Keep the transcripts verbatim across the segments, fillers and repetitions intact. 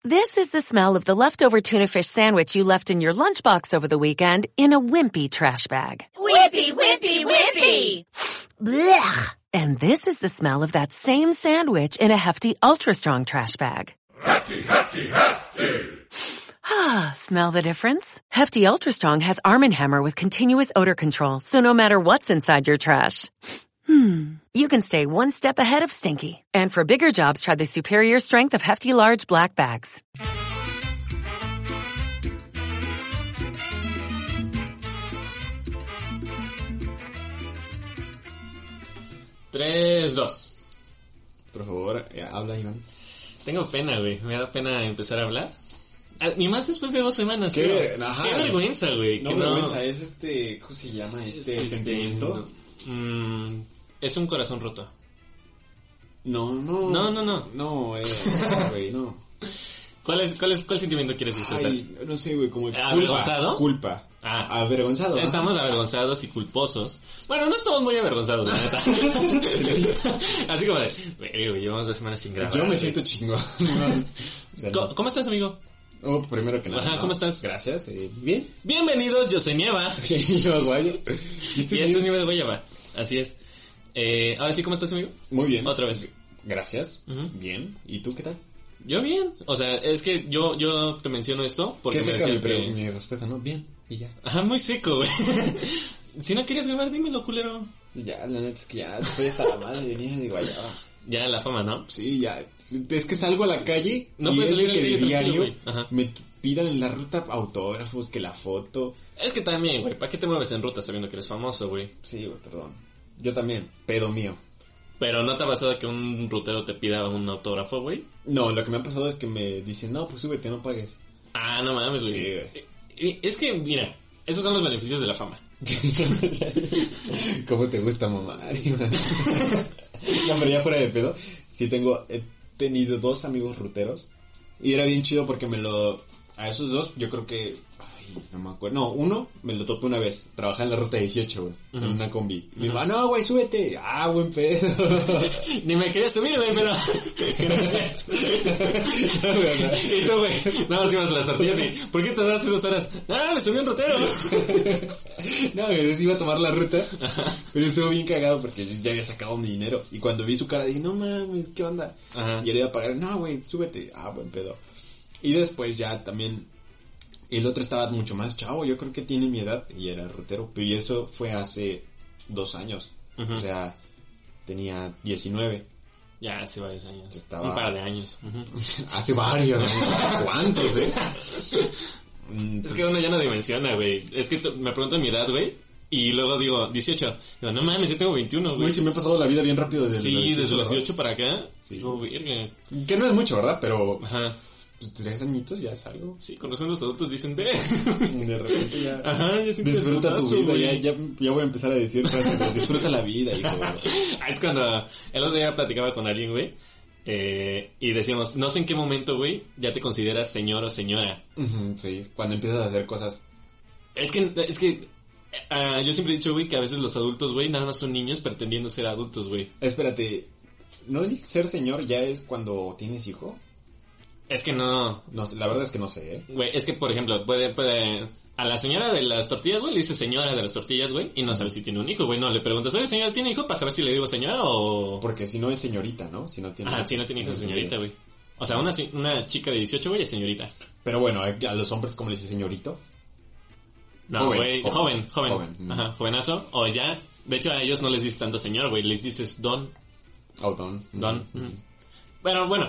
This is the smell of the leftover tuna fish sandwich you left in your lunchbox over the weekend in a wimpy trash bag. Wimpy, wimpy, wimpy! Blech! And this is the smell of that same sandwich in a Hefty Ultra Strong trash bag. Hefty, Hefty, Hefty! Ah, smell the difference? Hefty Ultra Strong has Arm and Hammer with continuous odor control, so no matter what's inside your trash, Hmm. you can stay one step ahead of stinky. And for bigger jobs, try the superior strength of Hefty Large Black Bags. Tres, dos. Por favor, ya, habla, Iván. Tengo pena, güey. Me da pena empezar a hablar. Ni más después de dos semanas. Qué, creo. ver, ajá. Qué vergüenza, güey. No, que vergüenza, no... es este... ¿Cómo se llama? Este es sentimiento. Este, mm, es un corazón roto. No, no. No, no, no. No, eh, güey, no. ¿Cuál es, cuál es, cuál sentimiento quieres expresar? Ay, no sé, güey, como culpa. ¿Avergonzado? Culpa. Ah. Avergonzado. Estamos ¿no? avergonzados y culposos. Bueno, no estamos muy avergonzados, la neta. Así como de, güey, llevamos dos semanas sin grabar. Yo me güey. siento chingón. O sea, ¿Cómo, no. ¿Cómo estás, amigo? Oh, primero que nada. Ajá, ¿no? ¿cómo estás? Gracias, eh, bien. Bienvenidos, yo soy Nieva. Yo, guayo. Y esto es Nieva de Guayaba. Así es. Eh, ahora sí, ¿cómo estás, amigo? Muy bien. Otra vez. Gracias. Uh-huh. Bien. ¿Y tú qué tal? Yo bien. O sea, es que yo, yo te menciono esto porque ¿Qué me seca mi, decías que... mi respuesta, no? Bien. Y ya. Ajá, muy seco, güey. Si no querías grabar, dímelo, culero. Y ya, la neta es que ya estoy hasta la madre de Nieva de Guayaba. Ya la fama, ¿no? Sí, ya. Es que salgo a la calle No y puedes es salir de a la que calle de tranquilo, diario güey. Ajá. me pidan en la ruta autógrafos, que la foto. Es que también, güey, ¿para qué te mueves en ruta sabiendo que eres famoso, güey? Sí, güey, perdón. Yo también, pedo mío. Pero ¿no te ha pasado que un rutero te pida un autógrafo, güey? No, lo que me ha pasado es que me dicen, no, pues súbete, no pagues. Ah, no mames, güey. Sí, güey. Eh, Es que, mira, esos son los beneficios de la fama. ¿Cómo te gusta, mamá? No, pero ya fuera de pedo, sí tengo, he tenido dos amigos ruteros. Y era bien chido porque me lo, a esos dos, yo creo que, ay, no me acuerdo. No, uno me lo topé una vez, trabajaba en la ruta dieciocho, güey, uh-huh. en una combi. Me dijo, ah, no, güey, súbete. Ah, buen pedo. Ni me quería subir, güey, pero... Gracias. Y tú, güey, nada más ibas a las tortillas y... ¿Por qué te das hace dos horas? Ah, me subí un rutero. No, güey, iba a tomar la ruta, pero estuvo bien cagado porque yo ya había sacado mi dinero. Y cuando vi su cara dije, no mames, ¿qué onda? Ajá. Y él iba a pagar, no, güey, súbete. Ah, buen pedo. Y después ya también... El otro estaba mucho más chavo, yo creo que tiene mi edad y era rutero, pero y eso fue hace dos años, uh-huh. O sea, tenía diecinueve. Ya, hace varios años. Estaba... Un par de años. Uh-huh. Hace varios años. ¿Cuántos, eh? Es que uno ya no dimensiona, güey. Es que t- me preguntan mi edad, güey. Y luego digo, dieciocho. Digo, no mames, yo tengo veintiuno, güey. Güey, se me ha pasado la vida bien rápido desde sí, los dieciocho, desde los ¿verdad? dieciocho para acá. Sí. Oh, virga. Que no es mucho, ¿verdad? Pero... Ajá. Pues tres añitos ya es algo. Sí, cuando son los adultos dicen, ve. De repente ya... Ajá, ya sientes disfruta el tu putazo, vida, ya, ya, ya voy a empezar a decir frases de, disfruta la vida, hijo. Ah, es cuando el otro día platicaba con alguien, güey, eh, y decíamos, no sé en qué momento, güey, ya te consideras señor o señora. Uh-huh, sí, cuando empiezas a hacer cosas... Es que, es que, uh, yo siempre he dicho, güey, que a veces los adultos, güey, nada más son niños pretendiendo ser adultos, güey. Espérate, ¿no el ser señor ya es cuando tienes hijo? Es que no... No sé, la verdad es que no sé, ¿eh? Güey, es que, por ejemplo, puede, puede... A la señora de las tortillas, güey, le dice señora de las tortillas, güey, y no sabe si tiene un hijo, güey. No, le preguntas, oye, señora, ¿tiene hijo? Para saber si le digo señora o... Porque si no es señorita, ¿no? Si no tiene... Ah, si no tiene hijo es señorita, güey. O sea, una, una chica de dieciocho, güey, es señorita. Pero bueno, a los hombres, ¿cómo le dice señorito? No, güey, joven, joven. joven. joven. Ajá, jovenazo. O ya, de hecho a ellos no les dices tanto señor, güey, les dices don. Oh, don. Don. Mm. Mm. Bueno, bueno.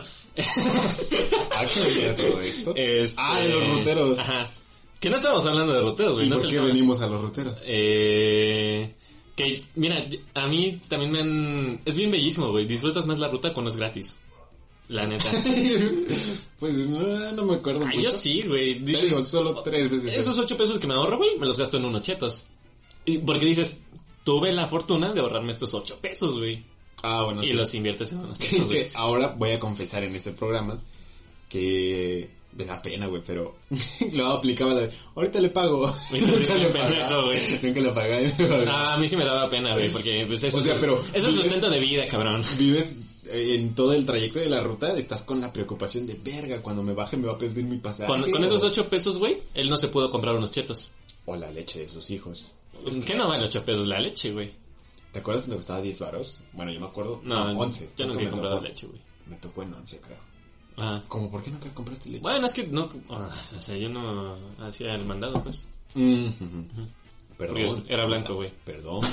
¿A qué venía todo esto? Este... Ah, de los ruteros. Ajá. Que no estamos hablando de ruteros, güey. ¿Y no por qué venimos a los ruteros? Eh... Que, mira, a mí también me han... Es bien bellísimo, güey. Disfrutas más la ruta cuando es gratis. La neta. Pues no, no me acuerdo Ay, mucho. yo sí, güey. Dices, digo, solo tres veces. Esos ocho pesos que me ahorro, güey, me los gasto en unos chetos. Y porque dices, tuve la fortuna de ahorrarme estos ocho pesos, güey. Ah, bueno, y sí. los inviertes en unos chetos, güey. Que ahora voy a confesar en este programa que me da pena, güey, pero lo aplicaba la de, ahorita le pago. Nunca le pagaba, güey. Nunca le pagué. Ah, a mí sí me daba pena, güey, porque pues eso, o sea, pero eso es vives, sustento de vida, cabrón. Vives en todo el trayecto de la ruta estás con la preocupación de verga, cuando me baje me va a pedir mi pasaje. Con, con esos ocho pesos, güey, él no se pudo comprar unos chetos. O la leche de sus hijos. ¿Qué no vale ocho pesos la leche, güey? ¿Te acuerdas cuando costaba diez varos? Bueno, yo me acuerdo. No, no once. Yo nunca he comprado leche, güey. Me tocó en once, creo. Ajá. ¿Cómo por qué nunca compraste leche? Bueno, es que no... Ah, o sea, yo no hacía el mandado, pues. Mm-hmm. Uh-huh. Perdón. Porque era blanco, güey. Perdón.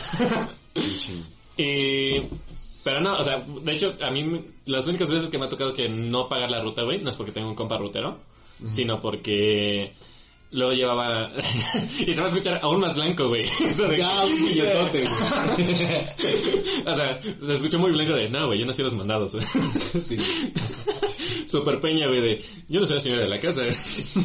y... Pero no, o sea, de hecho, a mí las únicas veces que me ha tocado que no pagar la ruta, güey, no es porque tengo un compa rutero, uh-huh. sino porque... Luego llevaba... y se va a escuchar aún más blanco, güey. Eso de... Ya, un billotote, güey. O sea, se escuchó muy blanco de... No, güey, yo no hacía los mandados, güey. Sí. Super peña, güey, de... Yo no soy la señora de la casa, güey.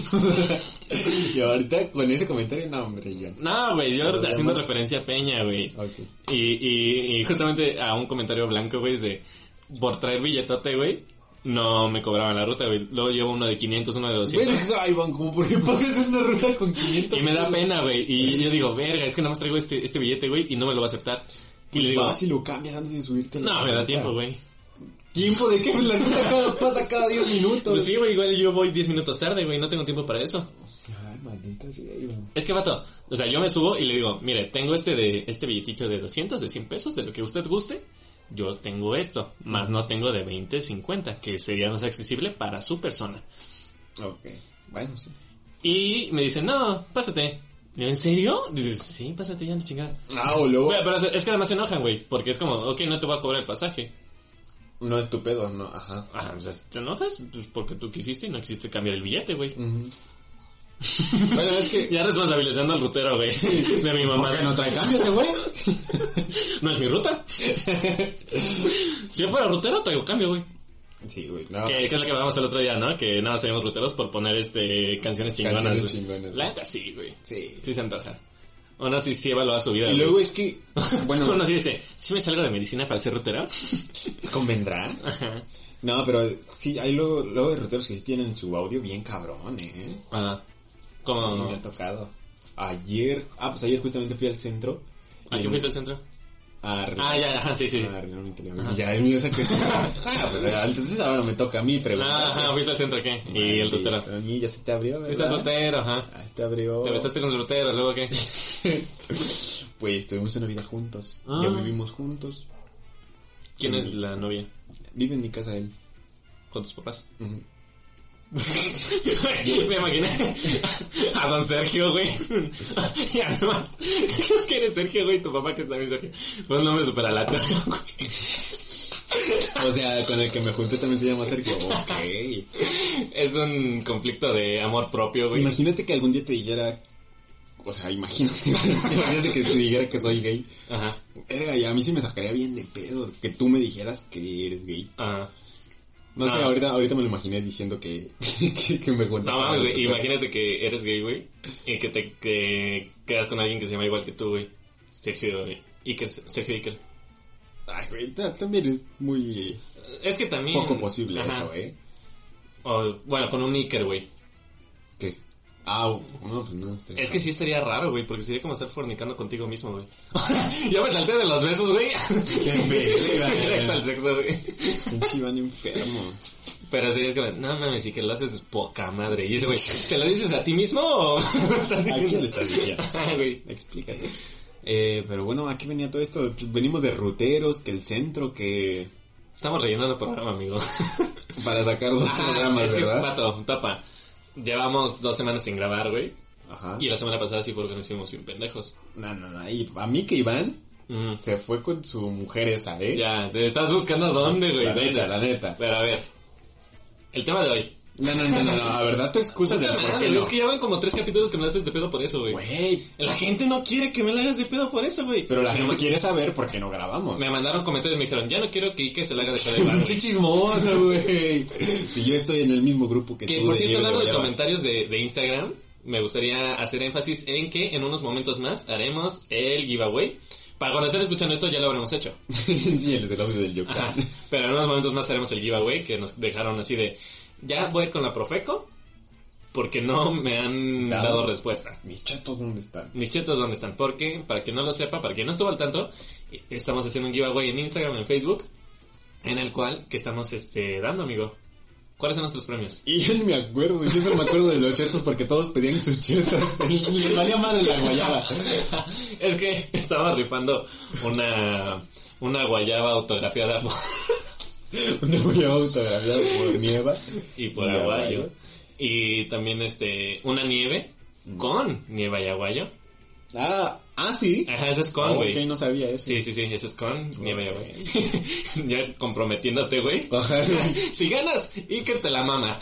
Y ahorita con ese comentario, no, hombre, yo... No, güey, yo Pero haciendo además... referencia a peña, güey. Okay. Y, y, y justamente a un comentario blanco, güey, es de... Por traer billetote, güey... No me cobraban la ruta, güey. Luego llevo uno de quinientos, uno de doscientos. Verga, Iván, ¿cómo por qué pagas una ruta con quinientos? Y me da pena, güey. Y yo digo, verga, es que nada más traigo este, este billete, güey, y no me lo va a aceptar. Y le digo, vas y lo cambias antes de subirte. No, me da tiempo, güey. ¿Tiempo de qué? La ruta cada, pasa cada diez minutos. Pues sí, güey, igual yo voy diez minutos tarde, güey. No tengo tiempo para eso. Ay, maldita sea, Iván. Es que, vato, o sea, yo me subo y le digo, mire, tengo este de este billetito de doscientos, de cien pesos, de lo que usted guste. Yo tengo esto, más no tengo de veinte, cincuenta, que sería más accesible para su persona. Ok, bueno, sí. Y me dicen, no, pásate. Y yo, ¿en serio? Dices, sí, pásate ya, no chingada. Ah, o luego... Pero, pero es que además se enojan, güey, porque es como, ok, no te voy a cobrar el pasaje. No es tu pedo, no, ajá. Ajá, o sea, ¿te enojas? Pues porque tú quisiste y no quisiste cambiar el billete, güey. Uh-huh. Bueno, es que... Ya responsabilizando al rutero, güey, de mi mamá. ¿Por qué no trae cambio ese güey? No es mi ruta. Si yo fuera rutero, traigo cambio, güey. Sí, güey. No. Que, que es lo que hablamos el otro día, ¿no? Que nada, seríamos ruteros por poner este canciones chingonas. Canciones chingonas. La neta sí, güey. Sí. Sí se antoja. Uno sí, sí evalúa su vida. Y güey. luego es que... Bueno... Uno sí dice, ¿sí me salgo de medicina para ser rutero? ¿Convendrá? Ajá. No, pero sí, hay luego, luego hay ruteros que sí tienen su audio bien cabrón, ¿eh? Ajá. ¿Cómo? Sí, me ha tocado. Ayer... Ah, pues ayer justamente fui al centro. ¿A qué fuiste al centro? A ah, ya, ajá, sí, sí. A reunión italiana. Ya, el mío es que... Ah, pues entonces ahora me toca a mí preguntar. Ajá, ¿fuiste al centro qué? Y ah, el sí, rutero. A mí ya se te abrió, ¿verdad? Fuiste al rutero, ajá. Ah, te abrió. Te besaste con el rutero, ¿luego qué? Pues tuvimos una vida juntos. Ah. Ya vivimos juntos. ¿Quién es la novia? Vive en mi casa él. ¿Con tus papás? Uh-huh. Me imaginé a don Sergio, güey. Y además, creo que eres Sergio, güey. Tu papá que es también Sergio. Fue un nombre súper aleatorio, güey. O sea, con el que me junté también se llama Sergio. Ok. Es un conflicto de amor propio, güey. Imagínate que algún día te dijera... O sea, imagínate, imagínate que te dijera que soy gay. Ajá. Verga, y a mí sí me sacaría bien de pedo que tú me dijeras que eres gay. Ajá. No, no sé, ahorita, ahorita me lo imaginé diciendo que, que, que me cuentas. No mames, güey, imagínate que eres gay, güey, y que te que quedas con alguien que se llama igual que tú, güey. Sergio, güey. Iker, Sergio Iker. Ay, güey, también es muy... Es que también... Poco posible. Ajá. Eso, ¿eh? O, bueno, con un Iker, güey. ¿Qué? Ah, no, pues no. Es raro. Que sí sería raro, güey, porque sería como estar fornicando contigo mismo, güey. Ya me salté de los besos, güey. Directo al sexo, güey. Pinche Iván enfermo. Pero sería es como, no mames, sí que lo haces poca madre. Y ese güey, ¿te lo dices a ti mismo o estás diciendo? ¿A quién le estás diciendo? Ah, güey. Explícate. Eh, pero bueno, aquí venía todo esto. Venimos de ruteros, que el centro, que... Estamos rellenando el programa, amigo. Para sacar dos ah, programas, es ¿verdad? Que, pato, tapa. Llevamos dos semanas sin grabar, güey. Ajá. Y la semana pasada sí fue porque nos hicimos bien pendejos. No, no, no. Y a mí que Iván mm. se fue con su mujer esa, ¿eh? Ya, te estás buscando dónde, güey. La neta, la neta. Pero a ver, el tema de hoy. No, no, no, no, no. La verdad, tu excusa de por qué no. Es que ya van como tres capítulos que me haces de pedo por eso, güey. Güey. La gente no quiere que me la hagas de pedo por eso, güey. Pero la me gente ma- quiere saber por qué no grabamos. Me mandaron comentarios y me dijeron, ya no quiero que Ike se la haga de pedo. Pinche chismoso, güey. Si yo estoy en el mismo grupo que, que tú. Que por cierto, hablando de comentarios de, de Instagram, me gustaría hacer énfasis en que en unos momentos más haremos el giveaway. Para cuando estén escuchando esto ya lo habremos hecho. Enséñales el audio del Yoka. Pero en unos momentos más haremos el giveaway que nos dejaron así de... Ya voy con la Profeco porque no me han dado, dado respuesta. ¿Mis chetos dónde están? Mis chetos dónde están. Porque, para quien no lo sepa, para quien no estuvo al tanto, estamos haciendo un giveaway en Instagram, en Facebook. en el cual que estamos este dando, amigo. ¿Cuáles son nuestros premios? Y yo ni me acuerdo, yo solo me acuerdo de los chetos porque todos pedían sus chetos y les valía madre la guayaba. Es que estaba rifando una una guayaba autografiada por... Una guayaba autografiada por Nieva y por y Aguayo. Aguayo. Y también este una nieve mm. con Nieva y Aguayo. Ah, ah, sí. Ajá, ese es con, güey. Oh, ok, no sabía eso. Sí, sí, sí, ese es con Nieva y Aguayo. Ya comprometiéndote, güey. Ajá. Si ganas, Iker te la mama.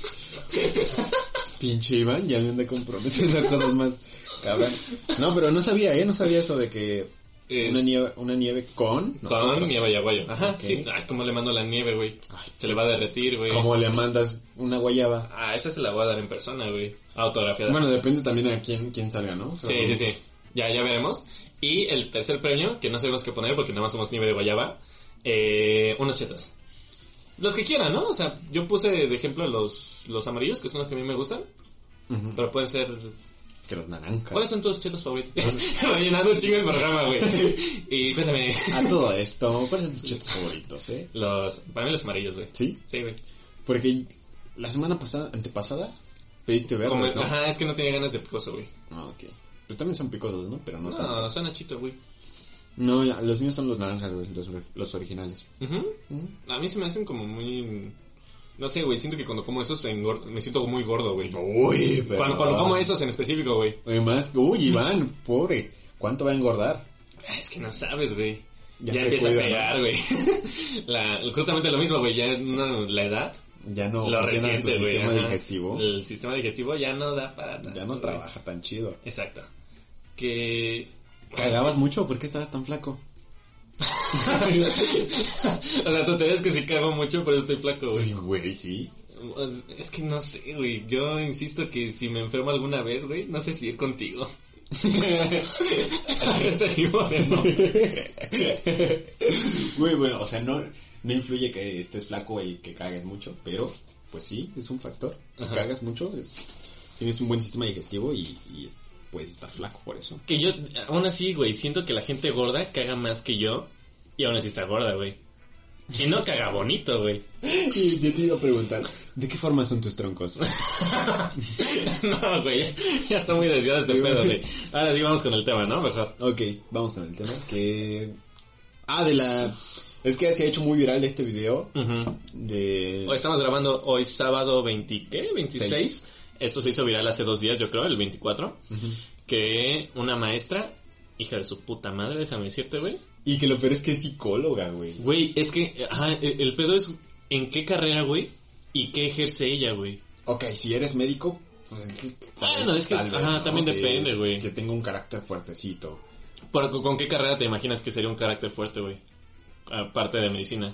Pinche Iván, ya me anda comprometiendo a cosas más cabrón. No, pero no sabía, ¿eh? No sabía eso de que es... una nieve una nieve con... Con nosotros. Nieva y Aguayo. Ajá, okay. Sí. Ay, ¿cómo le mando la nieve, güey? Se le va a derretir, güey. ¿Cómo le mandas una guayaba? Ah, esa se la voy a dar en persona, güey. Autografiada. Bueno, depende también a quién, quién salga, ¿no? O sea, sí, como... sí, sí. Ya, ya veremos. Y el tercer premio, que no sabemos qué poner porque nada más somos nieve de guayaba, eh, unos chetos. Los que quieran, ¿no? O sea, yo puse de ejemplo los, los amarillos, que son los que a mí me gustan. Uh-huh. Pero pueden ser... Que los naranjas. ¿Cuáles son tus chetos favoritos? Rellenando un chingo el programa, güey. Y cuéntame. A todo esto, ¿cuáles son tus chetos favoritos, eh? Los... Para mí los amarillos, güey. ¿Sí? Sí, güey. Porque la semana pasada, antepasada, pediste verdes, Como, ¿no? Ajá, es que no tenía ganas de picoso, güey. Ah, ok. Pues también son picosos, ¿no? Pero no, no tanto. No, son achito, güey. No, ya, los míos son los naranjas, güey, los, los originales. Uh-huh. Uh-huh. A mí se me hacen como muy... No sé, güey, siento que cuando como esos engord... me siento muy gordo, güey. Uy, pero... Cuando, cuando como esos en específico, güey. Además, uy, Iván, pobre, ¿cuánto va a engordar? Es que no sabes, güey. Ya, ya se empieza cuida, a pegar, güey. La, justamente lo mismo, güey, ya no, la edad... Ya no lo funciona reciente, tu sistema güey, digestivo. El sistema digestivo ya no da para tanto. Ya no trabaja wey. Tan chido. Exacto. Que... ¿Cagabas mucho? ¿Por qué estabas tan flaco? O sea, tú te ves que si cago mucho, pero estoy flaco, güey. Sí, güey, sí. Es que no sé, güey. Yo insisto que si me enfermo alguna vez, güey, no sé si ir contigo. Este tipo de no. Güey, bueno, o sea, no, no influye que estés flaco y que cagues mucho, pero pues sí, es un factor. Si Ajá. cagas mucho, es, tienes un buen sistema digestivo y, y puedes estar flaco por eso. Que yo, aún así, güey, siento que la gente gorda caga más que yo y aún así está gorda, güey. Y no caga bonito, güey. Y yo te iba a preguntar, ¿de qué forma son tus troncos? No, güey, ya está muy desviado este sí, pedo, güey. Ahora sí vamos con el tema, ¿no? Mejor. Ok, vamos con el tema. Que... Ah, de la... Es que se ha hecho muy viral este video. Uh-huh. De... Hoy estamos grabando hoy sábado veinte, ¿qué? veintiséis. Seis. Esto se hizo viral hace dos días, yo creo, el veinticuatro. Uh-huh. Que una maestra, hija de su puta madre, déjame decirte, güey. Y que lo peor es que es psicóloga, güey. Güey, es que, ajá, el, el pedo es en qué carrera, güey, y qué ejerce ella, güey. Ok, si eres médico, pues... Bueno, es que, vez, ajá, ¿no? También que, depende, güey. Que tenga un carácter fuertecito. Pero, ¿con qué carrera te imaginas que sería un carácter fuerte, güey? Aparte de medicina.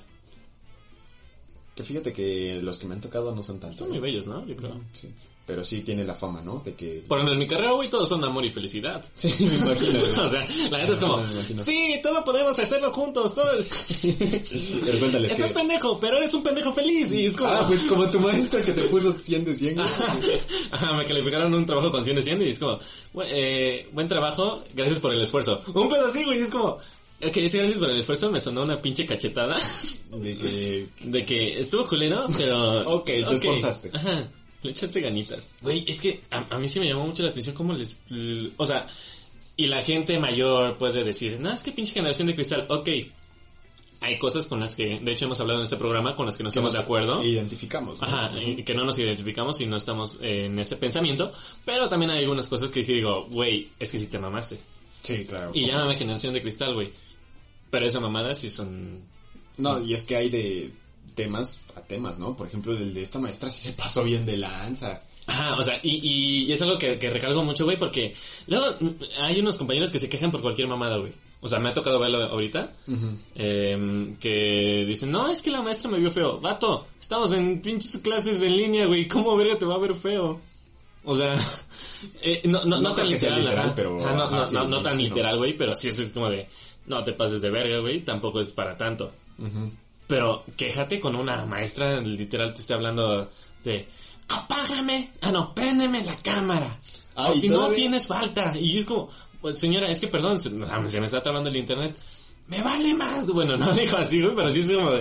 Que fíjate que los que me han tocado no son tanto. Son muy bellos, ¿no? Yo creo. Mm, sí. Pero sí tiene la fama, ¿no? De que... Por ejemplo, en mi carrera, güey, todos son amor y felicidad. Sí, me imagino. O sea, la gente es como, sí, todo podemos hacerlo juntos, todo. Pero cuéntales Estás que... pendejo, pero eres un pendejo feliz. Y es como... Ah, pues como tu maestra que te puso cien de cien. Ajá, me calificaron un trabajo con cien de cien y es como, eh, buen trabajo, gracias por el esfuerzo. Un pedo así, güey, es como... Ok, sí, gracias por el esfuerzo, me sonó una pinche cachetada. De que... De que estuvo culero, pero... Ok, te okay. esforzaste. Ajá. Le echaste ganitas. Güey, es que a, a mí sí me llamó mucho la atención cómo les... L, o sea, y la gente mayor puede decir, no, es que pinche generación de cristal. Ok, hay cosas con las que, de hecho hemos hablado en este programa, con las que no estamos de acuerdo. Identificamos, ¿no? Ajá, y que no nos identificamos y no estamos en ese pensamiento. Pero también hay algunas cosas que sí digo, güey, es que sí te mamaste. Sí, claro. Y llámame generación de cristal, güey. Pero esa mamada sí son... No, y es que hay de... temas a temas, ¿no? Por ejemplo, el de esta maestra sí se pasó bien de lanza. Ajá, o sea, y, y, y es algo que, que recalco mucho, güey, porque luego hay unos compañeros que se quejan por cualquier mamada, güey. O sea, me ha tocado verlo ahorita, uh-huh. eh, que dicen, no, es que la maestra me vio feo. Vato, estamos en pinches clases en línea, güey, ¿cómo verga te va a ver feo? O sea, eh, no, no, no, no tan literal, literal pero... Ajá, no, no, no, no, no tan literal, güey, pero sí es, es como de, no te pases de verga, güey, tampoco es para tanto. Uh-huh. Pero quéjate con una maestra, literal te está hablando de, apágame, ah no, préndeme la cámara, ah, o si todavía... no tienes falta. Y yo es como, pues, señora, es que perdón, se, se me está trabando el internet, me vale más. Bueno, no dijo así, güey, pero sí es como de,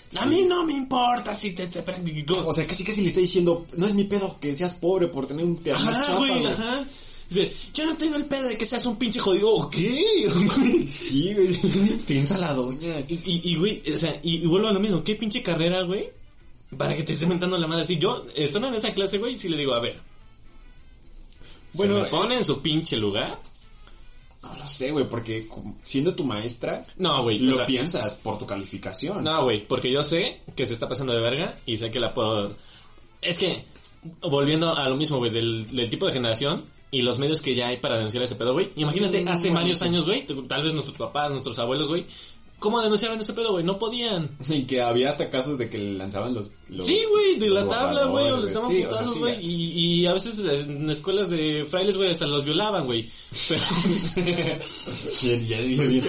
A mí no me importa si te... te o sea, casi casi le está diciendo, no es mi pedo que seas pobre por tener un internet ajá, chafa, güey, güey. Ajá. Dice, yo no tengo el pedo de que seas un pinche jodido. ¿O qué? Sí, güey. Piensa la doña. Y, y, y, güey, o sea, y, y vuelvo a lo mismo. ¿Qué pinche carrera, güey? Para que te esté mentando la madre así. Yo, estando en esa clase, güey, sí le digo, a ver. Bueno, ¿se me pone en su pinche lugar? No lo sé, güey, porque siendo tu maestra... No, güey. Lo o sea, piensas por tu calificación. No, güey, porque yo sé que se está pasando de verga y sé que la puedo... Es que, volviendo a lo mismo, güey, del, del tipo de generación y los medios que ya hay para denunciar ese pedo, güey. Imagínate, Mm, hace bueno, varios sí. años, güey, tal vez nuestros papás, nuestros abuelos, güey, ¿cómo denunciaban ese pedo, güey? No podían. Y que había hasta casos de que le lanzaban los... los Sí, güey, de los la tabla, güey, o les daban sí, o sea, putazos, sí, güey, ya. y, y a veces en escuelas de frailes, güey, hasta los violaban, güey. Pero... Bien, ya, bien, bien.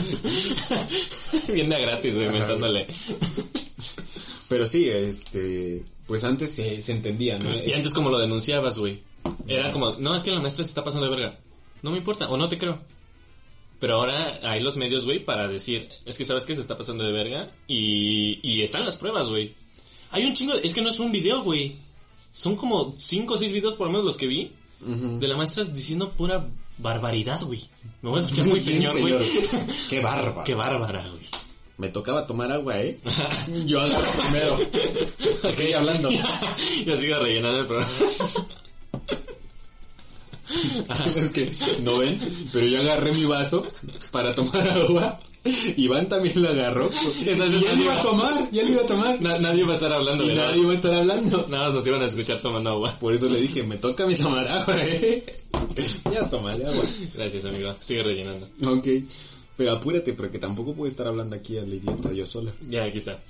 Bien de gratis, güey, mentándole. Pero sí, este... Pues antes se, se entendía, ¿no? Y antes como lo denunciabas, güey. Era como, no, es que la maestra se está pasando de verga. No me importa, o no te creo. Pero ahora hay los medios, güey, para decir, es que sabes que se está pasando de verga y, y están las pruebas, güey. Hay un chingo, es que no es un video, güey. Son como cinco o seis videos por lo menos los que vi uh-huh. de la maestra diciendo pura barbaridad, güey. Me voy a escuchar muy señor, güey. Qué bárbara. Qué bárbara, güey. Me tocaba tomar agua, ¿eh? Yo agarro primero. Estoy hablando. Yo sigo rellenando el programa. Es que, ¿no ven? Pero yo agarré mi vaso para tomar agua. Iván también lo agarró. Entonces, y él iba a tomar, ya lo iba a tomar. Na- nadie va a estar hablando. Y nadie va a estar hablando. Nada más nos iban a escuchar tomando agua. Por eso le dije, me toca a mí tomar agua, ¿eh? Ya, tómale agua. Gracias, amigo. Sigue rellenando. Ok. Pero apúrate, porque tampoco puedo estar hablando aquí a la idiota yo sola. Ya, aquí está.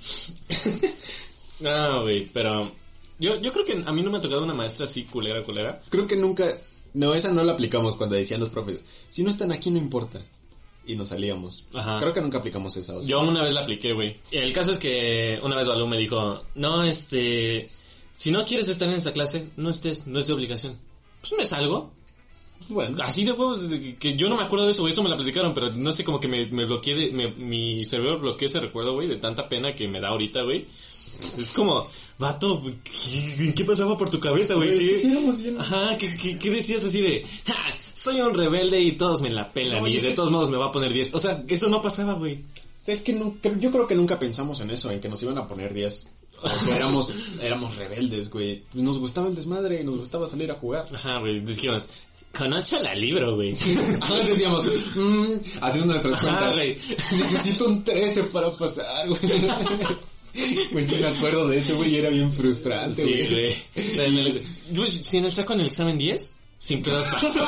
No, güey, pero... Yo, yo creo que a mí no me ha tocado una maestra así culera, culera. Creo que nunca... No, esa no la aplicamos cuando decían los profes. Si no están aquí, no importa. Y nos salíamos. Ajá. Creo que nunca aplicamos esa. O sea. Yo una vez la apliqué, güey. El caso es que una vez Balú me dijo, no, este... Si no quieres estar en esa clase, no estés, no es de obligación. Pues me salgo. Bueno. Así de huevos, que yo no me acuerdo de eso, güey, eso me la platicaron, pero no sé, como que me, me bloqueé, de, me, mi cerebro bloqueó ese recuerdo, güey, de tanta pena que me da ahorita, güey. Es como, vato, ¿qué, qué pasaba por tu cabeza, güey? ¿Qué? Sí, éramos bien. Ajá, ¿qué, qué, qué decías así de, ja, soy un rebelde y todos me la pelan No, y es de que... todos modos me va a poner diez? O sea, eso no pasaba, güey. Es que no, yo creo que nunca pensamos en eso, en que nos iban a poner diez. Porque éramos, éramos rebeldes, güey. Nos gustaba el desmadre, nos gustaba salir a jugar. Ajá, güey, dijimos, con ocho la libro, güey. Ajá, decíamos, mmm, haciendo nuestras Ajá, cuentas. güey. Necesito un trece para pasar, güey. Pues sí me acuerdo de eso, güey, y era bien frustrante, Sí, güey. güey. Güey, si no saco en el examen diez, sin pedos paso.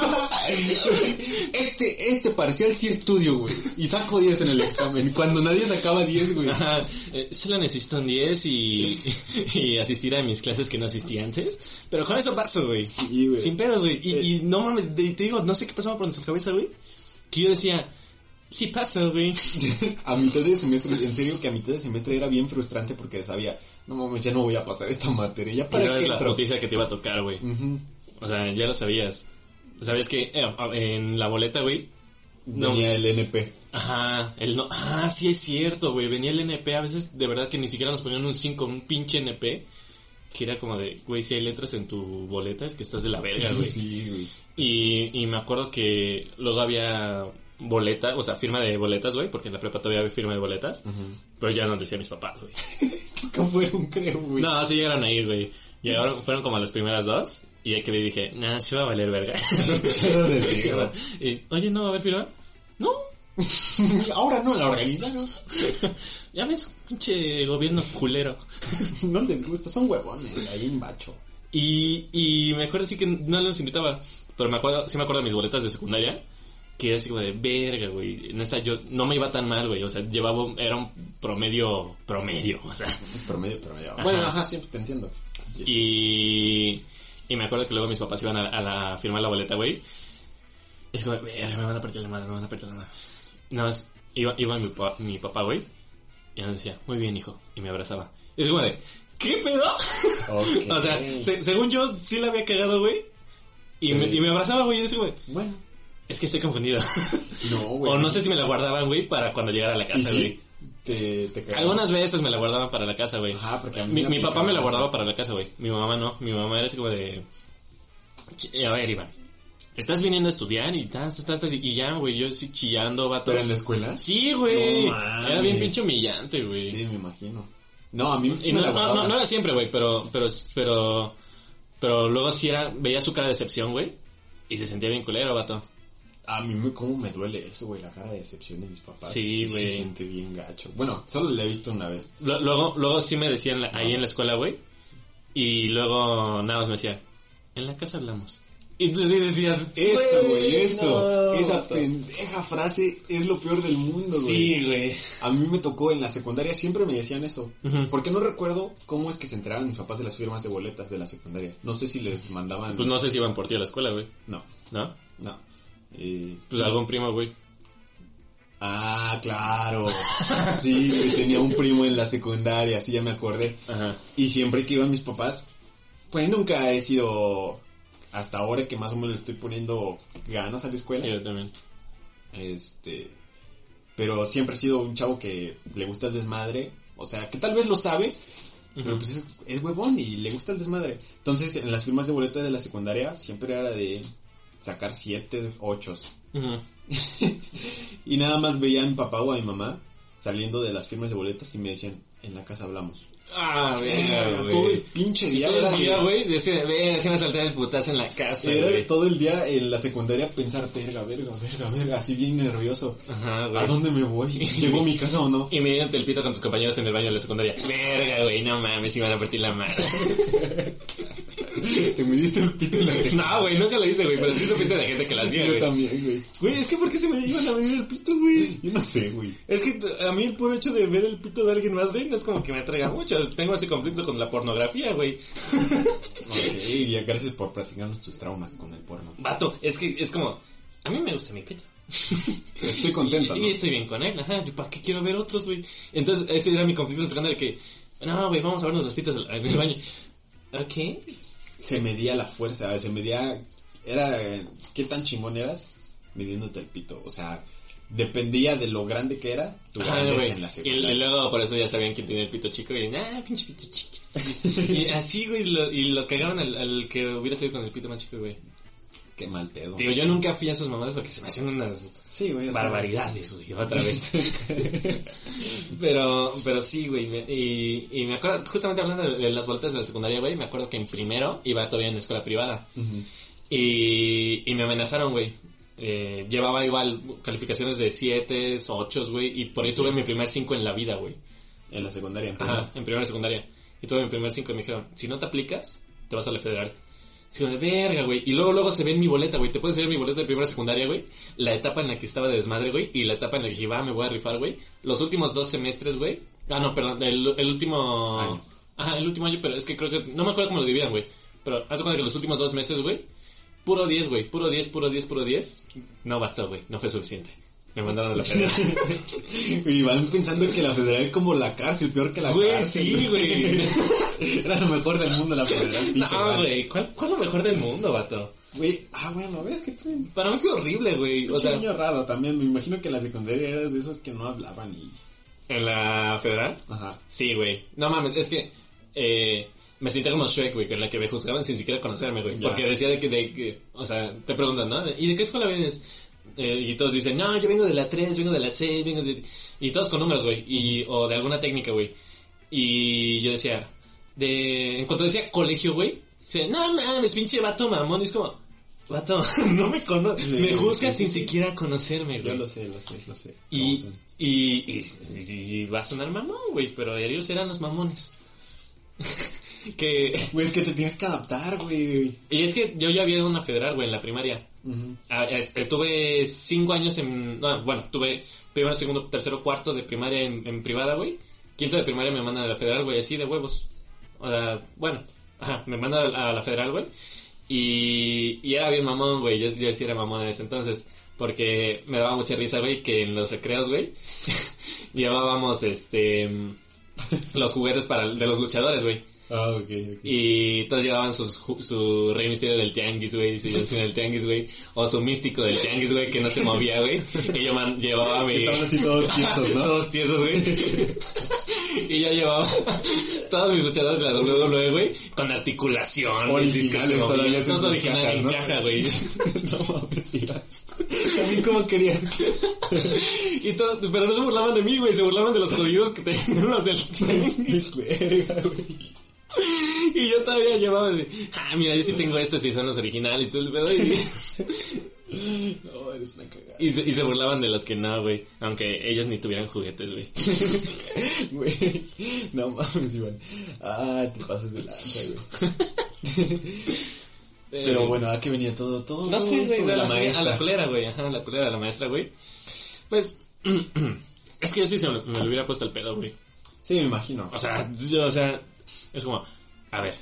Este, este parcial sí estudio, güey. Y saco diez en el examen. Cuando nadie sacaba diez, güey. Ajá, eh, solo necesito un diez y, y asistir a mis clases que no asistí antes. Pero con eso paso, güey. Sí, güey. Sin pedos, güey. Y, y no mames, te, te digo, no sé qué pasaba por nuestra cabeza, güey. Que yo decía, sí paso, güey. A mitad de semestre, en serio que a mitad de semestre era bien frustrante porque sabía, no mames, ya no voy a pasar esta materia. Ya Y para no qué es la entro? noticia que te iba a tocar, güey. Uh-huh. O sea, ya lo sabías. ¿Sabes que eh, en la boleta, güey? No. Venía el N P. Ajá, el no. Ah, sí es cierto, güey. Venía el N P. A veces, de verdad, que ni siquiera nos ponían un cinco, un pinche N P. Que era como de, güey, si hay letras en tu boleta, es que estás de la verga, güey. Sí, güey. Y, y me acuerdo que luego había boleta, o sea, firma de boletas, güey, porque en la prepa todavía había firma de boletas. Uh-huh. Pero ya no decía mis papás, güey. Nunca fueron, creo, güey. No, sí llegaron a ir, güey. Llegaron, fueron como a las primeras dos. Y ahí que le dije, nah, se va a valer verga. y, oye, ¿no va a haber firma? No. Ahora no la organizaron. Ya ves, pinche gobierno culero. No les gusta, son huevones, ahí en bacho. Y, y me acuerdo así que no los invitaba. Pero me acuerdo, sí me acuerdo de mis boletas de secundaria. Que era así como de verga, güey. En esta yo no me iba tan mal, güey. O sea, llevaba, era un promedio, promedio, o sea. Promedio, promedio. Ajá. Bueno, ajá, siempre te entiendo. Y... Y me acuerdo que luego mis papás iban a, a, la, a firmar la boleta, güey. Es como, verga, me van a partir la madre, me van a partir la madre. Y nada más, iba, iba mi, pa, mi papá, güey. Y me decía, muy bien, hijo. Y me abrazaba. Y es como de, ¿qué pedo? Okay. O sea, se, según yo, sí la había cagado, güey. Y, sí. me, y me abrazaba, güey. Y decía, güey, bueno. Es que estoy confundido. No, güey. O no sé si me la guardaban, güey, para cuando llegara a la casa, güey. ¿Sí? te, te cagaba. Algunas veces me la guardaban para la casa, güey. Ajá, porque a mí Mi, me mi papá me la aplicaba guardaba eso. para la casa, güey. Mi mamá no. Mi mamá era así como de... "Ch- A ver, Iván. Estás viniendo a estudiar y estás, estás, estás- y ya, güey, yo sí chillando, vato. ¿Pero en la escuela? Sí, güey. No mames. Era bien pinche humillante, güey. Sí, me imagino. No, a mí sí Y me no, la no, guardaba. no, no era siempre, güey, pero, pero, pero, pero luego sí era, veía su cara de decepción, güey, y se sentía bien culero, vato. A mí me, cómo me duele eso, güey, la cara de decepción de mis papás. Sí, güey. Se siente bien gacho. Bueno, solo la he visto una vez. Lo- Luego, luego sí me decían la- ahí en la escuela, güey, y luego nada más me decían, en la casa hablamos. Y entonces decías, Eso, güey, eso. no, Esa vato. pendeja frase es lo peor del mundo, güey. Sí, güey. A mí me tocó en la secundaria, siempre me decían eso. Ujú. Porque no recuerdo cómo es que se enteraban mis papás de las firmas de boletas de la secundaria. No sé si les mandaban... Pues no sé si iban por ti a la escuela, güey, No, ¿no? no. Eh, Pues algún primo, güey. Ah, claro. Sí, güey, tenía un primo en la secundaria, sí, ya me acordé. Ajá. Y siempre que iban mis papás, pues nunca he sido... Hasta ahora que más o menos le estoy poniendo ganas a la escuela. Sí, yo también. Este... Pero siempre he sido un chavo que le gusta el desmadre. O sea, que tal vez lo sabe, pero pues es, es huevón y le gusta el desmadre. Entonces, en las firmas de boletas de la secundaria siempre era de sacar siete, ochos. Ujú. Y nada más veía a mi papá o a mi mamá saliendo de las firmas de boletas y me decían, en la casa hablamos. Ah, venga, güey. Todo el pinche Sí, día todo era el día, de- güey, decía, ve, así me saltaba el putazo en la casa, Era güey. todo el día en la secundaria pensar, verga, verga, verga, verga, así bien nervioso. Ajá, güey. ¿A dónde me voy? ¿Llego a mi casa o no? Y midiéndote el pito con tus compañeros en el baño de la secundaria. Verga, güey, no mames, iban a partir la madre. Te midiste el pito en la secundaria. No, güey, nunca lo hice, güey, pero sí supiste de gente que la hacía, Yo güey. también, güey. Güey, es que ¿por qué se me iban a medir el pito, güey? Yo no sé, güey. Es que t- a mí el puro hecho de ver el pito de alguien más, güey, no es como que me atraiga mucho. Tengo ese conflicto con la pornografía, güey. Ok, y gracias por platicarnos tus traumas con el porno. Vato, es que es como, a mí me gusta mi pito. Estoy contento, y, ¿no? y estoy bien con él, ajá, yo para qué quiero ver otros, güey. Entonces, ese era mi conflicto en secundaria que, no, güey, vamos a vernos los pitos en el baño. ¿Ok? Se medía la fuerza, se medía... Era... ¿Qué tan chingón eras midiéndote el pito? O sea, dependía de lo grande que era tu Ajá, grandeza güey. en la Y, secundaria. y luego por eso ya sabían quién tenía el pito chico y, ah, pinche pito chico. Y así, güey, lo, y lo cagaban al, al que hubiera salido con el pito más chico, güey. Qué mal pedo. Digo, yo nunca fui a sus mamadas porque se me hacían unas Sí, güey. o sea, barbaridades, güey, otra vez. pero, pero sí, güey, me- y, y me acuerdo, justamente hablando de, de las boletas de la secundaria, güey, me acuerdo que en primero iba todavía en escuela privada. Ujú. Y, y me amenazaron, güey. Eh, llevaba igual calificaciones de siete, ocho, güey, y por ahí tuve mi primer cinco en la vida, güey. En la secundaria. En Ajá, en primera y secundaria. Y tuve mi primer cinco y me dijeron, si no te aplicas, te vas a la federal. Así como de verga, güey. Y luego, luego se ve en mi boleta, güey. Te puedes ver mi boleta de primera y secundaria, güey. La etapa en la que estaba de desmadre, güey. Y la etapa en la que dije, va, me voy a rifar, güey. Los últimos dos semestres, güey. Ah, no, perdón. El, el último... Año. Ajá, el último año, pero es que creo que... No me acuerdo cómo lo dividan, güey. Pero haz de cuenta que los últimos dos meses, güey. Puro diez, güey. Puro diez, puro diez, puro diez. No bastó, güey. No fue suficiente. Me mandaron a la federal. Y van pensando que la federal es como la cárcel, peor que la Güey, cárcel. sí, güey. Era lo mejor del mundo la federal, pinche No, madre. güey. ¿Cuál, ¿Cuál lo mejor del mundo, vato? Güey, ah, bueno, ves que tú... Para mí fue horrible, güey. O O sea, niño raro también. Me imagino que en la secundaria eras de esos que no hablaban y... ¿en la federal? Ajá. Sí, güey. No mames, es que eh, me sentía como Shrek, güey, en la que me juzgaban sin siquiera conocerme, güey. Ya. Porque decía de que, de que, o sea, te preguntan, ¿no? ¿Y de qué escuela vienes? Eh, y todos dicen, no, yo vengo de la tres, vengo de la seis, vengo de... Y todos con números, güey. Y, o de alguna técnica, güey. Y yo decía, de... En cuanto decía colegio, güey, decía, no mames, pinche vato mamón. Y es como, vato, no me conoces. Sí, me juzgas sí, sin sí. siquiera conocerme, güey. Yo lo sé, lo sé, lo sé. Y, ¿Cómo son? y, y, y- y va a sonar mamón, güey, pero ellos eran los mamones. que Güey, es que te tienes que adaptar, güey. Y es que yo ya había ido a una federal, güey, en la primaria. Ujú. Ah, es- Estuve cinco años en... No, bueno, tuve primero, segundo, tercero, cuarto de primaria en, en privada, güey. Quinto de primaria me mandan a la federal, güey, así de huevos. O sea, bueno, ajá, me mandan a, a la federal, güey. Y, y era bien mamón, güey, yo, yo sí era mamón en ese entonces. Porque me daba mucha risa, güey, que en los recreos, güey, llevábamos, este... los juguetes para de los luchadores, güey. Ah, ok, ok. Y todos llevaban sus, ju- su Rey Misterio del Tianguis, güey, su Yoshi del Tianguis, güey, o su místico del Tianguis, güey, que no se movía, güey. Y yo man, llevaba mi... Estaban así todos tiesos, ¿no? Todos tiesos, güey. Y yo llevaba todos mis luchadores de la doble u doble u E, güey, con articulación. Originales todavía en todos sus originales cajas, en ¿no? caja, güey. No mames, Iván. También como querías que... Y todo, pero no se burlaban de mí, güey, se burlaban de los jodidos que tenían los del Tianguis. Verga, güey. Y yo todavía llevaba así, ah, mira, yo sí tengo estos y son los originales y todo el pedo. Y, No, eres una cagada. y, se, y se burlaban de los que no, güey, aunque ellos ni tuvieran juguetes, güey. Güey, no mames, Iván. Ah, te pasas de lanza, güey. Pero bueno, ¿a qué venía todo? todo No todo sé, esto güey, de a la la, maestra. a la culera, güey, ajá, a la culera de la maestra, güey. Pues, es que yo sí se me, me lo hubiera puesto el pedo, güey. Sí, me imagino. O sea, yo, o sea, es como, a ver,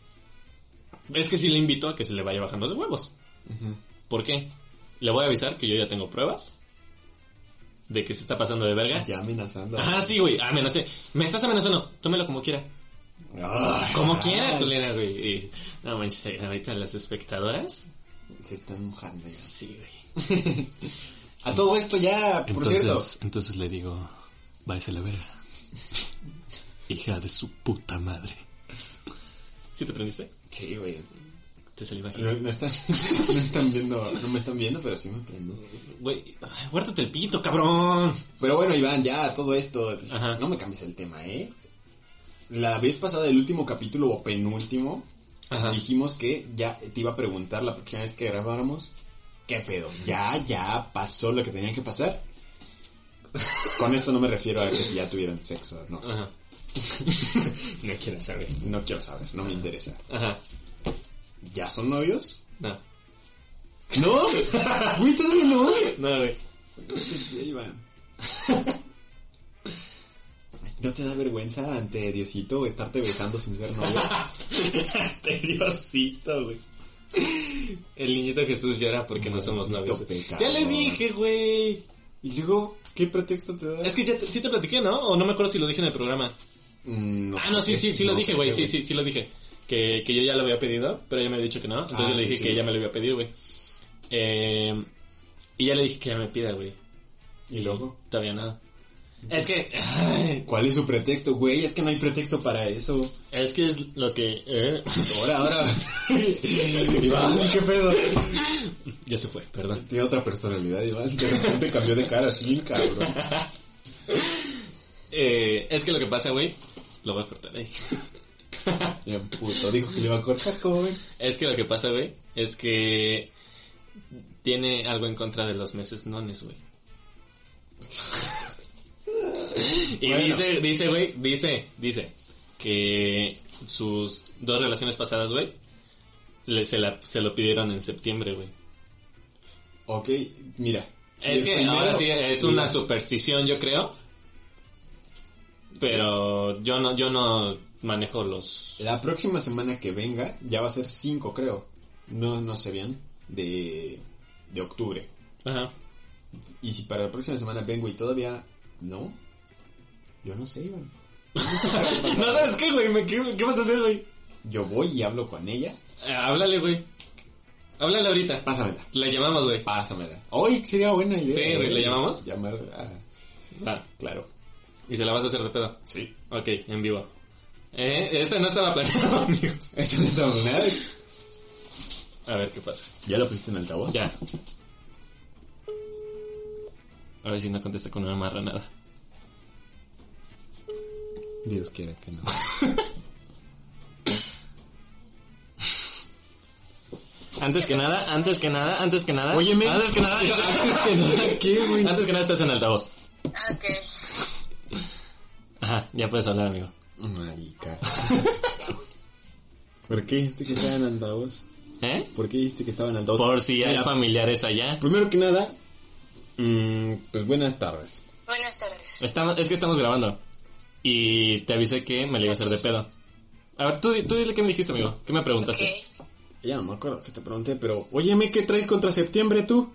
es que sí le invito a que se le vaya bajando de huevos. Uh-huh. ¿Por qué? Le voy a avisar que yo ya tengo pruebas de que se está pasando de verga. Ya amenazando. Ajá, sí, güey, amenacé. Me estás amenazando, tómelo como quiera. Ay, Como ay. quiera, culera, güey. Y, no manches, ahorita las espectadoras. Se están mojando ya. Sí, güey. A todo esto ya, por cierto. entonces le digo, váyase a la verga. Hija de su puta madre. ¿Sí te prendiste? Sí, güey. Te salió No, imagino. no están, no están viendo, no me están viendo, pero sí me prendo. Güey, ay, guárdate el pito, cabrón. Pero bueno, Iván, ya todo esto, Ajá. no me cambies el tema, ¿eh? La vez pasada, el último capítulo o penúltimo, Ajá. dijimos que ya te iba a preguntar la próxima vez que grabáramos, ¿qué pedo? Ya, ya pasó lo que tenía que pasar. Con esto no me refiero a que si ya tuvieron sexo, no. Ajá. No quiero saber. No quiero saber, no me interesa. Ajá. ¿Ya son novios? No. ¿No? Güey, todavía no. No, güey. Sí, Iván. ¿No te da vergüenza ante Diosito estarte besando sin ser novios? Te Diosito, güey. El niñito Jesús llora porque no somos novios. Pecador. Ya le dije, güey. ¿Y luego qué pretexto te da? Es que ya te, sí te platiqué, ¿no? O no me acuerdo si lo dije en el programa. Mm, no Ah, no, sí, sé, sí, sí lo no dije, sé, güey. Sí, sí, sí lo dije. Que, que yo ya lo había pedido, pero ella me había dicho que no. Entonces Ah, yo le sí, dije sí. que ella me lo iba a pedir, güey. Eh, y ya le dije que ya me pida, güey. ¿Y luego? Todavía nada. Es que... ay, ¿Cuál es su pretexto, güey? Es que no hay pretexto para eso. es que es lo que... Eh. Ahora, ahora. Iván, ¿qué pedo? Ya se fue, perdón. Tiene otra personalidad, Iván. De repente cambió de cara, así, cabrón. Eh, es que lo que pasa, güey... Lo voy a cortar ahí. Ya, puto, dijo que le iba a cortar, ¿cómo ven? Es que lo que pasa, güey, es que tiene algo en contra de los meses nones, güey. Y Bueno. dice, dice, güey, dice, dice que sus dos relaciones pasadas, güey, le, se, la, se lo pidieron en septiembre, güey. Ok, mira. si Es el que primero- ahora sí es mira, una superstición, yo creo. Pero yo no, yo no manejo los... La próxima semana que venga ya va a ser cinco, creo. No, no sé bien. De, de octubre. Ajá. Y si para la próxima semana vengo y todavía no, yo no sé, Iván. No sabes qué, güey, ¿Qué, ¿qué vas a hacer, güey? Yo voy y hablo con ella. Eh, háblale, güey. Háblale ahorita. Pásamela. Le llamamos, güey. Pásamela. Hoy sería buena idea. Sí, güey, ¿le llamamos? Llamar a... Va. Claro. ¿Y se la vas a hacer de pedo? Sí. Ok, en vivo. Eh, este no estaba planeado, amigos. Eso no es nada. A ver qué pasa. ¿Ya lo pusiste en altavoz? Ya. A ver si no contesta con una marranada. Dios quiera que no. Antes que nada, antes que nada, antes que nada. Óyeme. Antes que nada. Antes que nada, ¿qué, güey? Antes que nada estás en altavoz. Ok. Ajá, ya puedes hablar, amigo. Marica. ¿Por qué dijiste que estaba en altavoz? ¿Eh? ¿Por qué dijiste que estaba en altavoz? Por si hay Mira, familiares allá. primero que nada, mmm, pues buenas tardes. Buenas tardes. Estamos, es que estamos grabando. Y te avisé que me le iba a hacer de pedo. A ver, tú, tú dile qué me dijiste, amigo. ¿Qué me preguntaste? Ok. Ya no me acuerdo que te pregunté, pero... Óyeme, ¿qué traes contra septiembre tú?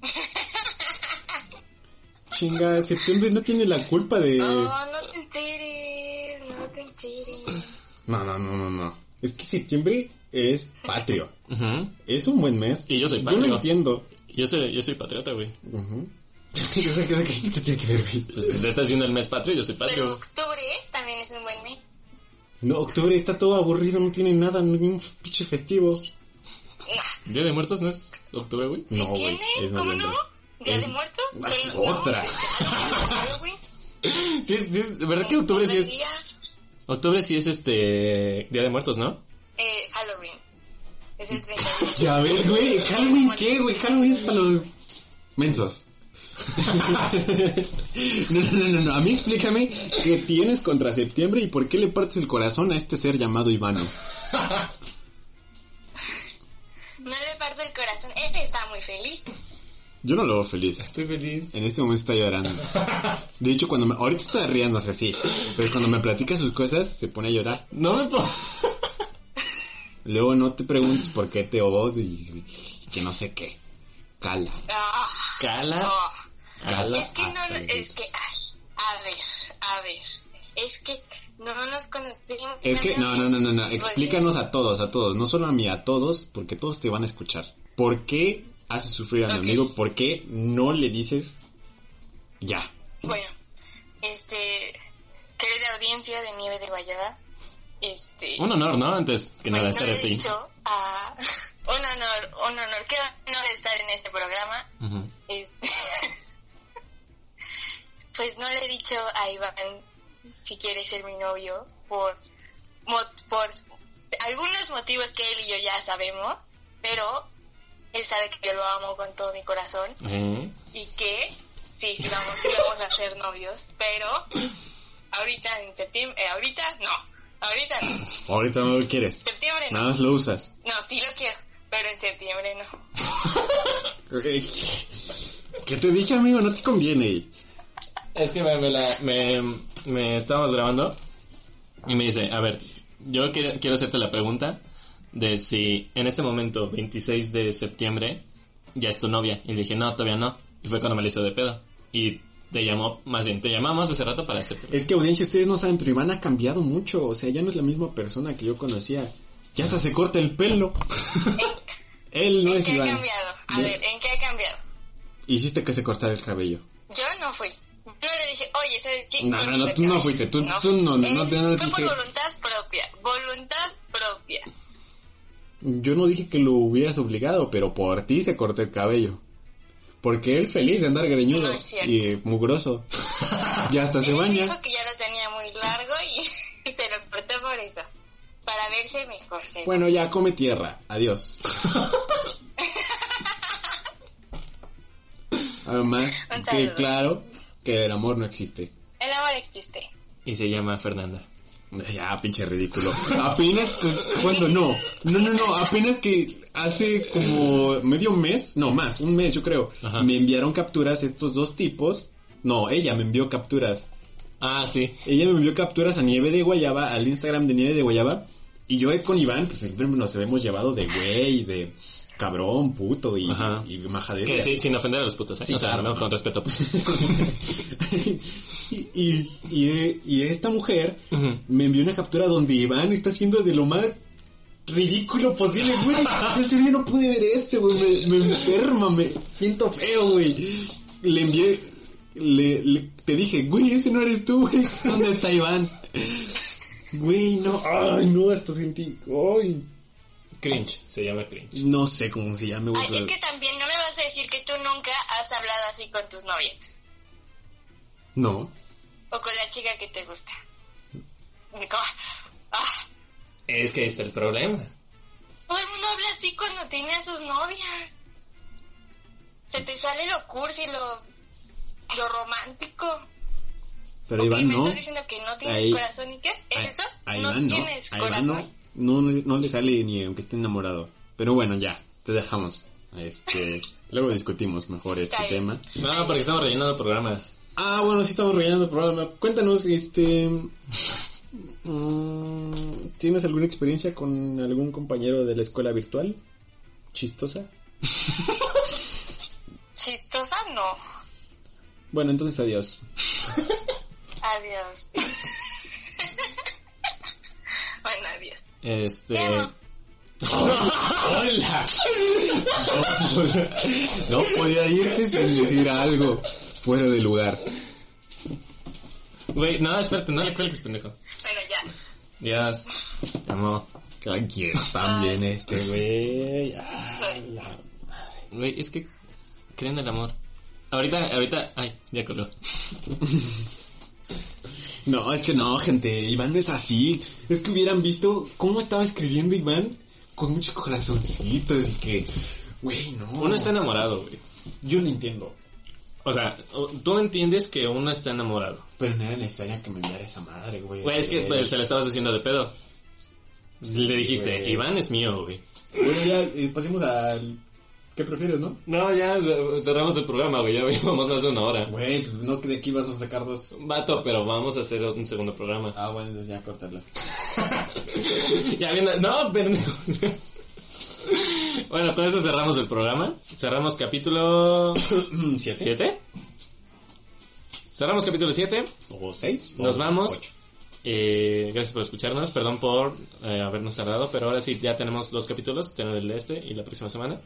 Chinga, septiembre no tiene la culpa de... Oh, no te enteres, no te enteres. No, no, no, no, no. Es que septiembre es patrio. Uh-huh. Es un buen mes. Y yo soy patrio. Yo no entiendo. Yo soy, yo soy patriota, güey. Uh-huh. Yo sé que ¿qué te tiene que ver, güey? Pues te está haciendo el mes patrio, yo soy Pero patrio. octubre también es un buen mes. No, octubre está todo aburrido, no tiene nada, ningún pinche festivo. Nah. ¿Día de Muertos no es octubre, güey? ¿Sí No, güey, tiene? es ¿Cómo noviembre. no? ¿Día Es- de Muertos? Ah, Pero- otra. No, Halloween. Sí, sí, es verdad que octubre sí es... Día, Octubre sí es este... Día de Muertos, ¿no? eh, Halloween. Es el treinta y uno. Ya ves, güey, ¿Halloween qué, güey? Halloween es para los mensos. No, no, no, no, no, a mí explícame qué tienes contra septiembre y por qué le partes el corazón a este ser llamado Ivano. No le parto el corazón. Él está muy feliz. Yo no lo veo feliz. Estoy feliz. En este momento está llorando. De hecho, cuando me... ahorita está riéndose así, pero cuando me platica sus cosas se pone a llorar. No me puedo... Luego no te preguntes por qué te odio y, y que no sé qué. Cala. Ah, Cala. oh. Cala. Es que no, hasta el es que, ay, a ver, a ver, es que no nos conocemos. Es que, no, no, no, no, no, explícanos a todos, a todos, no solo a mí, a todos, porque todos te van a escuchar. ¿Por qué haces sufrir a mi Ok. amigo? ¿Por qué no le dices ya? Bueno, este, querida audiencia de Nieve de Guayaba, este... Un honor, ¿no? Antes que nada pues, estar no a le he ti. dicho a... Un honor, un honor, qué honor estar en este programa. Ujú. Este... Pues no le he dicho a Iván si quiere ser mi novio por, mo- por algunos motivos que él y yo ya sabemos, pero él sabe que yo lo amo con todo mi corazón Ujú. y que sí, sí vamos, sí vamos a ser novios, pero ahorita en septiembre, eh, ahorita no, ahorita no, Ahorita no lo quieres, septiembre no, nada más lo usas. no, sí lo quiero, pero en septiembre no. ¿Qué te dije, amigo? No te conviene. Es que me, me, la, me, me estábamos grabando y me dice, a ver, yo quiero, quiero hacerte la pregunta de si en este momento, veintiséis de septiembre, ya es tu novia. Y le dije, no, todavía no. Y fue cuando me la hizo de pedo. Y te llamó, más bien, te llamamos hace rato para hacerte. Es que, audiencia, ustedes no saben, pero Iván ha cambiado mucho. O sea, ya no es la misma persona que yo conocía. Ya hasta se corta el pelo. Él no ¿En es qué ha Iván. cambiado? A No. ver, ¿en qué ha cambiado? Hiciste que se cortara el cabello. Yo no fui. No le dije, oye, ¿sabes qué? No, no, no, tú no fuiste, tú- tú no, no, Eh, no, no Fue dije- por voluntad propia, voluntad propia. Yo no dije que lo hubieras obligado, pero por ti se cortó el cabello. Porque él feliz de andar greñudo No es cierto. y mugroso. Y hasta se Él baña. dijo que ya lo tenía muy largo y se lo cortó por eso. Para verse mejor, seguro. Bueno, ya come tierra. Adiós. Además, Un que saludo. claro que el amor no existe. El amor existe. Y se llama Fernanda. Ya, pinche ridículo. Apenas que, cuando no, no, no, no, apenas que hace como medio mes, no más, un mes yo creo, Ajá. me enviaron capturas estos dos tipos. No, ella me envió capturas. Ah, sí. Ella me envió capturas a Nieve de Guayaba, al Instagram de Nieve de Guayaba. Y yo con Iván, pues siempre nos hemos llevado de güey, de cabrón, puto y, Ajá. y majadez. Que sí, sin ofender a los putos, ¿eh? Sí, o sea, claro. no, con respeto, pues. y, y, y, y esta mujer Ujú. me envió una captura donde Iván está haciendo de lo más ridículo posible, güey. En serio no pude ver eso, güey. Me, me enferma, me siento feo, güey. Le envié, le, le, te dije, güey, ese no eres tú, güey. ¿Dónde está Iván? Güey, no, ay, no, hasta sentí, ay. Cringe, se llama cringe. No sé cómo se llama, güey. Ay, es que también no me vas a decir que tú nunca has hablado así con tus novias. No. O con la chica que te gusta. Me como, ah, Es que ahí está el problema. todo el mundo habla así cuando tiene a sus novias. Se te sale lo cursi, lo, lo romántico. Pero Ok, Iván me no. estás diciendo que no tienes Ahí- corazón, ¿y qué? A- ¿Es eso? a no Iván no, tienes a Iván corazón. no. No, no, no le sale ni aunque esté enamorado. Pero bueno, ya, te dejamos. Este, luego discutimos mejor este Está bien. tema. No, porque estamos rellenando el programa. Ah, bueno, sí estamos rellenando el programa. Cuéntanos, este, mm, ¿tienes alguna experiencia con algún compañero de la escuela virtual? ¿Chistosa? Chistosa, no. Bueno, entonces adiós. Adiós. Bueno, Este... Te amo. ¡Hola! No, no podía irse sin decir algo fuera de lugar. Güey, no, espérate, no le cuelgues, pendejo. Bueno, ya. Dios, te amo. Tranquilo, también este güey. Ay, la... Güey, es que creen el amor. Ahorita, ahorita, ay, ya corrió. No, es que no, gente, Iván no es así. Es que hubieran visto cómo estaba escribiendo Iván con muchos corazoncitos y que, güey, no. Uno está enamorado, güey. Yo lo entiendo, O sea, tú entiendes que uno está enamorado. pero no era necesario que me enviara esa madre, güey. Güey, es que pues, se la estabas haciendo de pedo. Le dijiste, güey. Iván es mío, güey. Bueno, ya eh, pasemos al... ¿Qué prefieres, no? No, ya cerramos el programa, güey. Ya llevamos más de una hora. Güey, pues no, de aquí vas a sacar dos. Vato, pero vamos a hacer un segundo programa. Ah, bueno, entonces ya cortarla. Ya viene... No, pendejo. Bueno, con eso cerramos el programa. Cerramos capítulo... ¿Siete? ¿Siete? Cerramos capítulo siete. ¿O seis? Nos ¿O vamos. ocho? Eh, gracias por escucharnos. Perdón por eh, habernos tardado. Pero ahora sí, ya tenemos dos capítulos. Tenemos el de este y la próxima semana.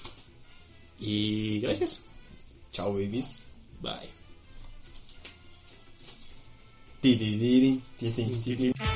Y gracias. Chao, babies. Bye. Ti, ti, ti, ti, ti, ti, ti.